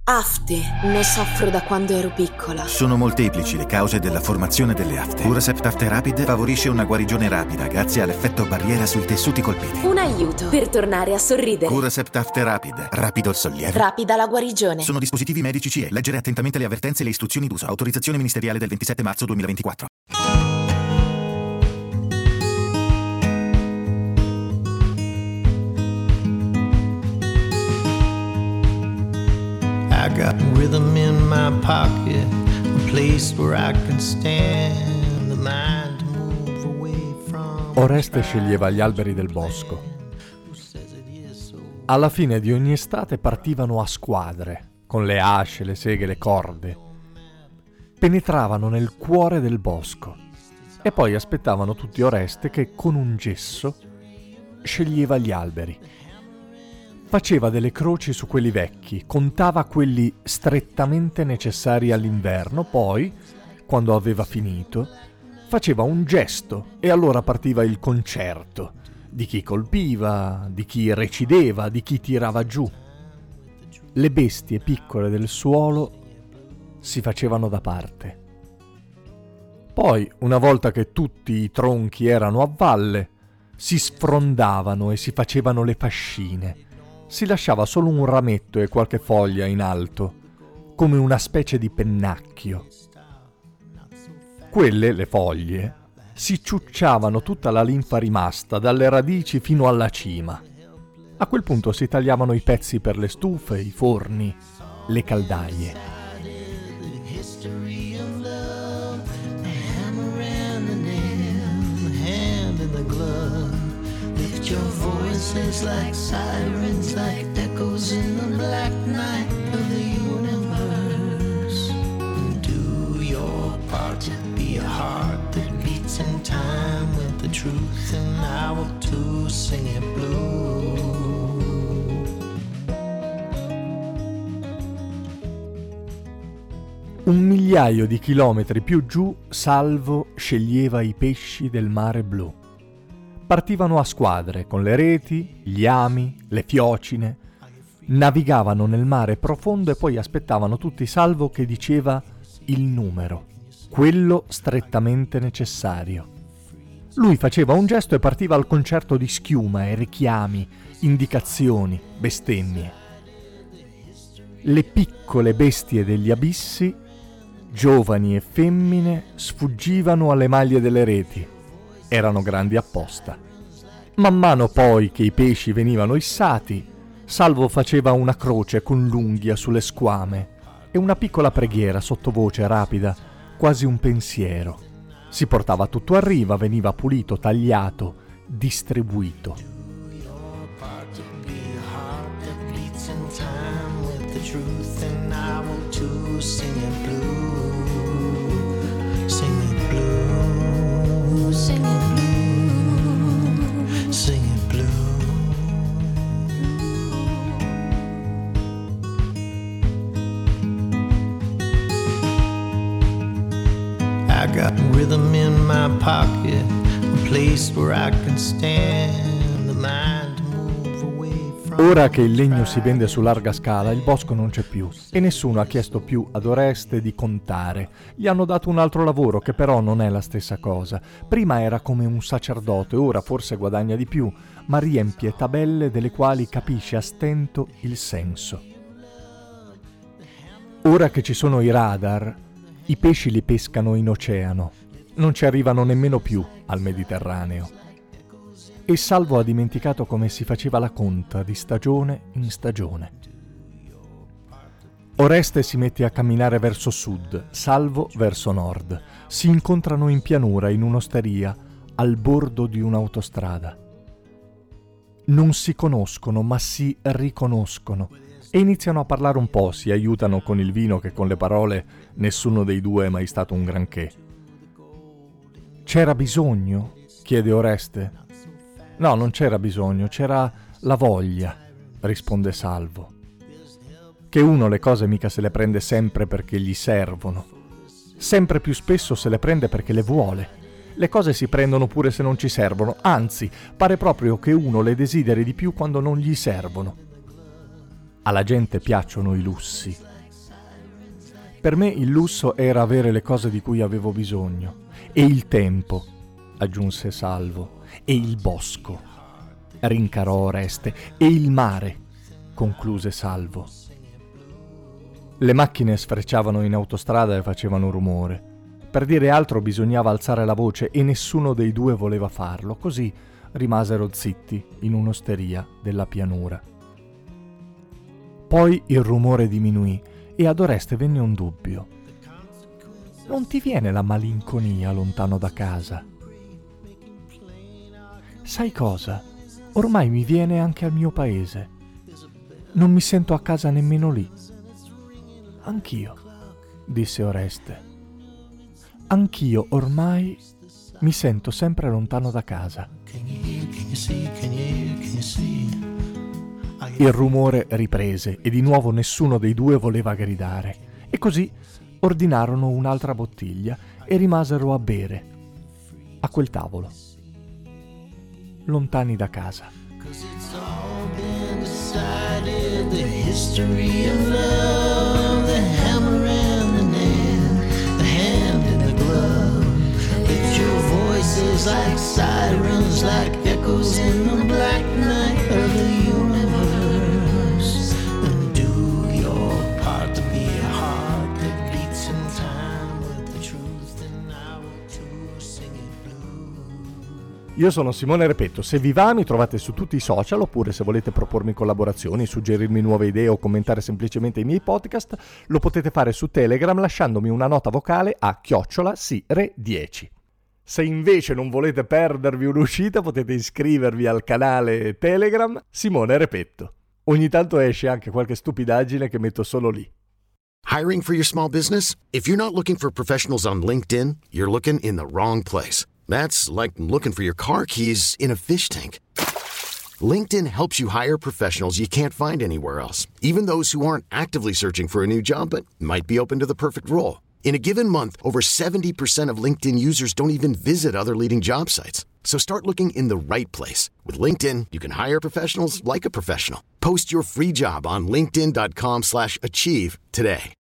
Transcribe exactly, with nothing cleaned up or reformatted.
Afte. Ne soffro da quando ero piccola. Sono molteplici le cause della formazione delle afte. Curacept Afte Rapid favorisce una guarigione rapida grazie all'effetto barriera sui tessuti colpiti. Un aiuto per tornare a sorridere. Curacept Afte Rapid. Rapido il sollievo. Rapida la guarigione. Sono dispositivi medici C E. Leggere attentamente le avvertenze e le istruzioni d'uso. Autorizzazione ministeriale del ventisette marzo duemilaventiquattro. I got rhythm in my pocket, a place where I can stand, the mind to move away from. Oreste sceglieva gli alberi del bosco. Alla fine di ogni estate partivano a squadre, con le asce, le seghe, le corde. Penetravano nel cuore del bosco e poi aspettavano tutti Oreste che con un gesso sceglieva gli alberi. Faceva delle croci su quelli vecchi, contava quelli strettamente necessari all'inverno, poi, quando aveva finito, faceva un gesto e allora partiva il concerto di chi colpiva, di chi recideva, di chi tirava giù. Le bestie piccole del suolo si facevano da parte. Poi, una volta che tutti i tronchi erano a valle, si sfrondavano e si facevano le fascine. Si lasciava solo un rametto e qualche foglia in alto, come una specie di pennacchio. Quelle, le foglie, si ciucciavano tutta la linfa rimasta, dalle radici fino alla cima. A quel punto si tagliavano i pezzi per le stufe, i forni, le caldaie. Your voices like sirens, like echoes in the black night of the universe. Do your part to be a heart that beats in time with the truth, and I will too sing it blue. Un migliaio di chilometri più giù, Salvo sceglieva i pesci del mare blu. Partivano a squadre con le reti, gli ami, le fiocine, navigavano nel mare profondo e poi aspettavano tutti Salvo che diceva il numero, quello strettamente necessario. Lui faceva un gesto e partiva al concerto di schiuma e richiami, indicazioni, bestemmie. Le piccole bestie degli abissi, giovani e femmine, sfuggivano alle maglie delle reti. Erano grandi apposta. Man mano poi che i pesci venivano issati, Salvo faceva una croce con l'unghia sulle squame e una piccola preghiera sottovoce rapida, quasi un pensiero. Si portava tutto a riva, veniva pulito, tagliato, distribuito. I got rhythm in my pocket, a place where I can stand, the mind to move away from. Ora che il legno si vende su larga scala, il bosco non c'è più e nessuno ha chiesto più ad Oreste di contare. Gli hanno dato un altro lavoro che però non è la stessa cosa. Prima era come un sacerdote, ora forse guadagna di più, ma riempie tabelle delle quali capisce a stento il senso. Ora che ci sono i radar, i pesci li pescano in oceano, non ci arrivano nemmeno più al Mediterraneo. E Salvo ha dimenticato come si faceva la conta di stagione in stagione. Oreste si mette a camminare verso sud, Salvo verso nord. Si incontrano in pianura, in un'osteria, al bordo di un'autostrada. Non si conoscono, ma si riconoscono. E iniziano a parlare un po', si aiutano con il vino che con le parole nessuno dei due è mai stato un granché. «C'era bisogno?» chiede Oreste. «No, non c'era bisogno, c'era la voglia», risponde Salvo. Che uno le cose mica se le prende sempre perché gli servono. Sempre più spesso se le prende perché le vuole. Le cose si prendono pure se non ci servono, anzi, pare proprio che uno le desideri di più quando non gli servono. Alla gente piacciono i lussi, Per me il lusso era avere le cose di cui avevo bisogno. E il tempo, aggiunse Salvo, e il bosco, rincarò Oreste, e il mare, concluse Salvo. Le macchine sfrecciavano in autostrada e facevano rumore. Per dire altro bisognava alzare la voce e nessuno dei due voleva farlo, così rimasero zitti in un'osteria della pianura. Poi il rumore diminuì e ad Oreste venne un dubbio. Non ti viene la malinconia lontano da casa? Sai cosa? Ormai mi viene anche al mio paese. Non mi sento a casa nemmeno lì. Anch'io, disse Oreste. Anch'io ormai mi sento sempre lontano da casa. Il rumore riprese e di nuovo nessuno dei due voleva gridare. E così ordinarono un'altra bottiglia e rimasero a bere a quel tavolo, lontani da casa. Like sirens, like echoes in the black night of the universe. And do your part to be a heart that beats in time with the truth, and I will too sing it blue. Io sono Simone Repetto, se vi va mi trovate su tutti i social, oppure se volete propormi collaborazioni, suggerirmi nuove idee o commentare semplicemente i miei podcast, lo potete fare su Telegram lasciandomi una nota vocale a chiocciola sire dieci. Se invece non volete perdervi un'uscita, potete iscrivervi al canale Telegram Simone Repetto. Ogni tanto esce anche qualche stupidaggine che metto solo lì. Hiring for your small business? If you're not looking for professionals on LinkedIn, you're looking in the wrong place. That's like looking for your car keys in a fish tank. LinkedIn helps you hire professionals you can't find anywhere else, even those who aren't actively searching for a new job but might be open to the perfect role. In a given month, over seventy percent of LinkedIn users don't even visit other leading job sites. So start looking in the right place. With LinkedIn, you can hire professionals like a professional. Post your free job on linkedin dot com slash achieve today.